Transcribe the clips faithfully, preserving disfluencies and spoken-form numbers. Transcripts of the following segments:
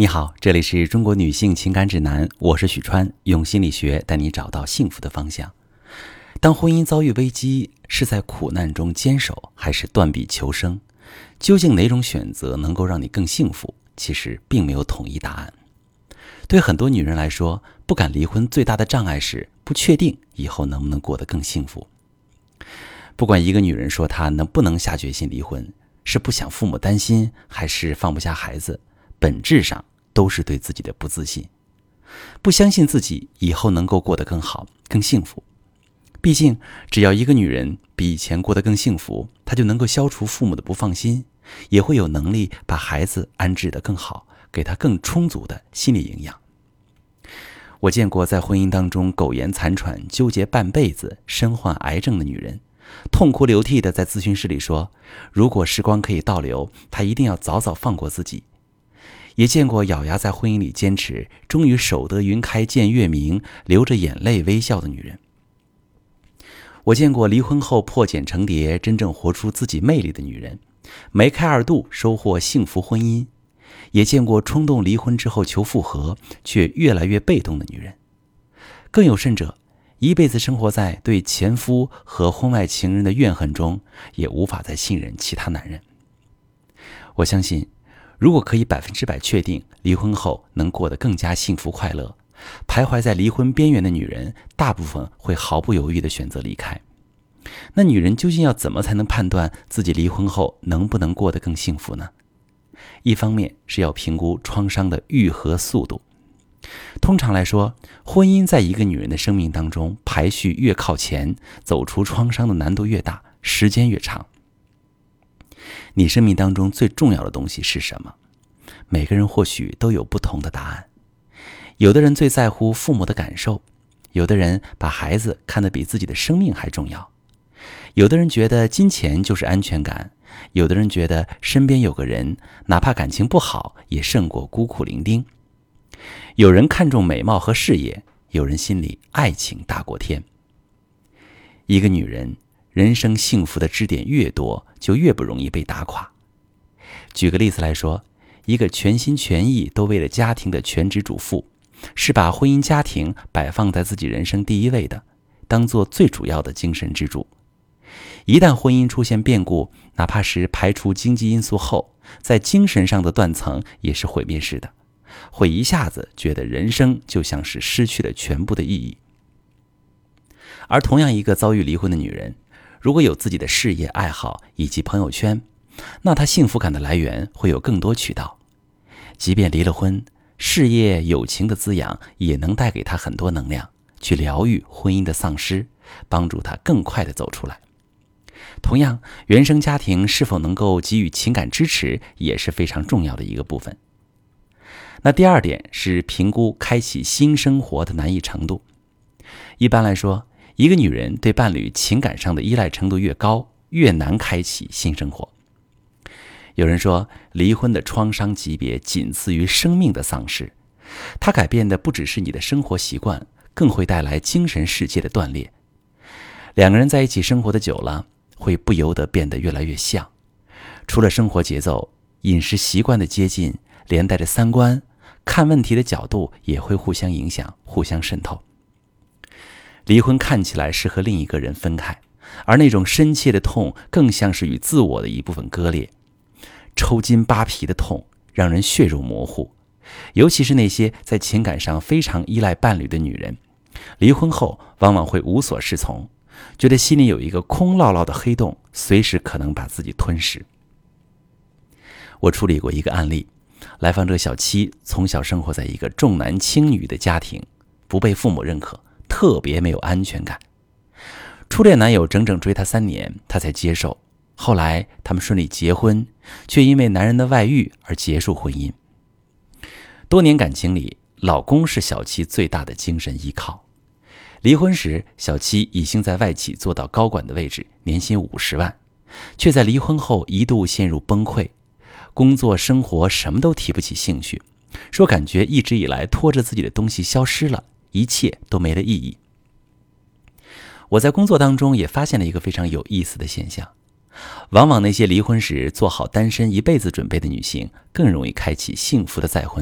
你好，这里是中国女性情感指南，我是许川，用心理学带你找到幸福的方向。当婚姻遭遇危机，是在苦难中坚守，还是断臂求生？究竟哪种选择能够让你更幸福？其实并没有统一答案。对很多女人来说，不敢离婚最大的障碍是不确定以后能不能过得更幸福。不管一个女人说她能不能下决心离婚，是不想父母担心，还是放不下孩子，本质上都是对自己的不自信，不相信自己以后能够过得更好、更幸福。毕竟，只要一个女人比以前过得更幸福，她就能够消除父母的不放心，也会有能力把孩子安置得更好，给她更充足的心理营养。我见过在婚姻当中苟延残喘、纠结半辈子、身患癌症的女人，痛哭流涕地在咨询室里说，如果时光可以倒流，她一定要早早放过自己。也见过咬牙在婚姻里坚持，终于守得云开见月明，流着眼泪微笑的女人。我见过离婚后破茧成蝶，真正活出自己魅力的女人，梅开二度收获幸福婚姻。也见过冲动离婚之后求复合，却越来越被动的女人。更有甚者，一辈子生活在对前夫和婚外情人的怨恨中，也无法再信任其他男人。我相信，如果可以百分之百确定离婚后能过得更加幸福快乐，徘徊在离婚边缘的女人大部分会毫不犹豫地选择离开。那女人究竟要怎么才能判断自己离婚后能不能过得更幸福呢？一方面是要评估创伤的愈合速度。通常来说，婚姻在一个女人的生命当中排序越靠前，走出创伤的难度越大，时间越长。你生命当中最重要的东西是什么？每个人或许都有不同的答案。有的人最在乎父母的感受，有的人把孩子看得比自己的生命还重要，有的人觉得金钱就是安全感，有的人觉得身边有个人，哪怕感情不好，也胜过孤苦伶仃。有人看重美貌和事业，有人心里爱情大过天。一个女人人生幸福的支点越多，就越不容易被打垮。举个例子来说，一个全心全意都为了家庭的全职主妇，是把婚姻家庭摆放在自己人生第一位的，当做最主要的精神支柱。一旦婚姻出现变故，哪怕是排除经济因素后，在精神上的断层也是毁灭式的，会一下子觉得人生就像是失去了全部的意义。而同样一个遭遇离婚的女人，如果有自己的事业爱好以及朋友圈，那她幸福感的来源会有更多渠道。即便离了婚，事业友情的滋养也能带给她很多能量，去疗愈婚姻的丧失，帮助她更快地走出来。同样，原生家庭是否能够给予情感支持，也是非常重要的一个部分。那第二点是评估开启新生活的难易程度。一般来说，一个女人对伴侣情感上的依赖程度越高，越难开启新生活。有人说，离婚的创伤级别仅次于生命的丧失，它改变的不只是你的生活习惯，更会带来精神世界的断裂。两个人在一起生活的久了，会不由得变得越来越像。除了生活节奏、饮食习惯的接近，连带着三观、看问题的角度也会互相影响、互相渗透。离婚看起来是和另一个人分开，而那种深切的痛更像是与自我的一部分割裂。抽筋扒皮的痛让人血肉模糊，尤其是那些在情感上非常依赖伴侣的女人，离婚后往往会无所适从，觉得心里有一个空落落的黑洞，随时可能把自己吞噬。我处理过一个案例，来访者小七从小生活在一个重男轻女的家庭，不被父母认可，特别没有安全感。初恋男友整整追她三年，她才接受。后来他们顺利结婚，却因为男人的外遇而结束婚姻。多年感情里，老公是小七最大的精神依靠。离婚时，小七已经在外企做到高管的位置，年薪五十万，却在离婚后一度陷入崩溃，工作生活什么都提不起兴趣，说感觉一直以来拖着自己的东西消失了，一切都没了意义。我在工作当中也发现了一个非常有意思的现象，往往那些离婚时做好单身一辈子准备的女性，更容易开启幸福的再婚，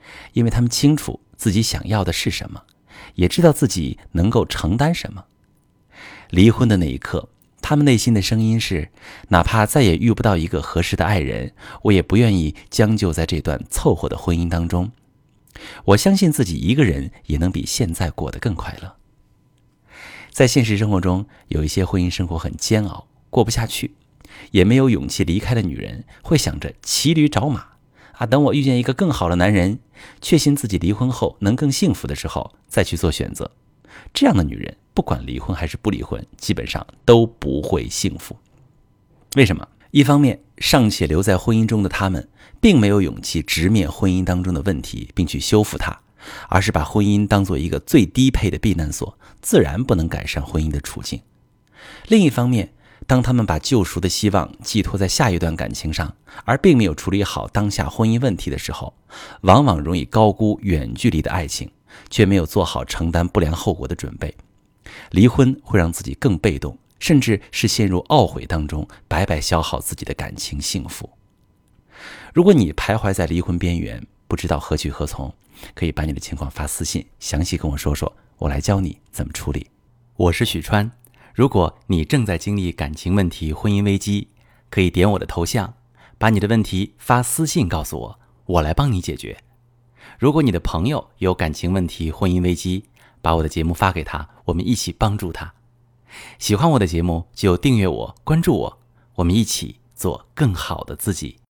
因为他们清楚自己想要的是什么，也知道自己能够承担什么。离婚的那一刻，他们内心的声音是，哪怕再也遇不到一个合适的爱人，我也不愿意将就在这段凑合的婚姻当中。我相信自己一个人也能比现在过得更快乐。在现实生活中，有一些婚姻生活很煎熬，过不下去，也没有勇气离开的女人，会想着骑驴找马啊，等我遇见一个更好的男人，确信自己离婚后能更幸福的时候，再去做选择。这样的女人，不管离婚还是不离婚，基本上都不会幸福。为什么？一方面，尚且留在婚姻中的他们，并没有勇气直面婚姻当中的问题，并去修复它，而是把婚姻当作一个最低配的避难所，自然不能改善婚姻的处境。另一方面，当他们把救赎的希望寄托在下一段感情上，而并没有处理好当下婚姻问题的时候，往往容易高估远距离的爱情，却没有做好承担不良后果的准备。离婚会让自己更被动，甚至是陷入懊悔当中，白白消耗自己的感情幸福。如果你徘徊在离婚边缘，不知道何去何从，可以把你的情况发私信，详细跟我说说，我来教你怎么处理。我是许川，如果你正在经历感情问题、婚姻危机，可以点我的头像，把你的问题发私信告诉我，我来帮你解决。如果你的朋友有感情问题、婚姻危机，把我的节目发给他，我们一起帮助他。喜欢我的节目就订阅我、关注我，我们一起做更好的自己。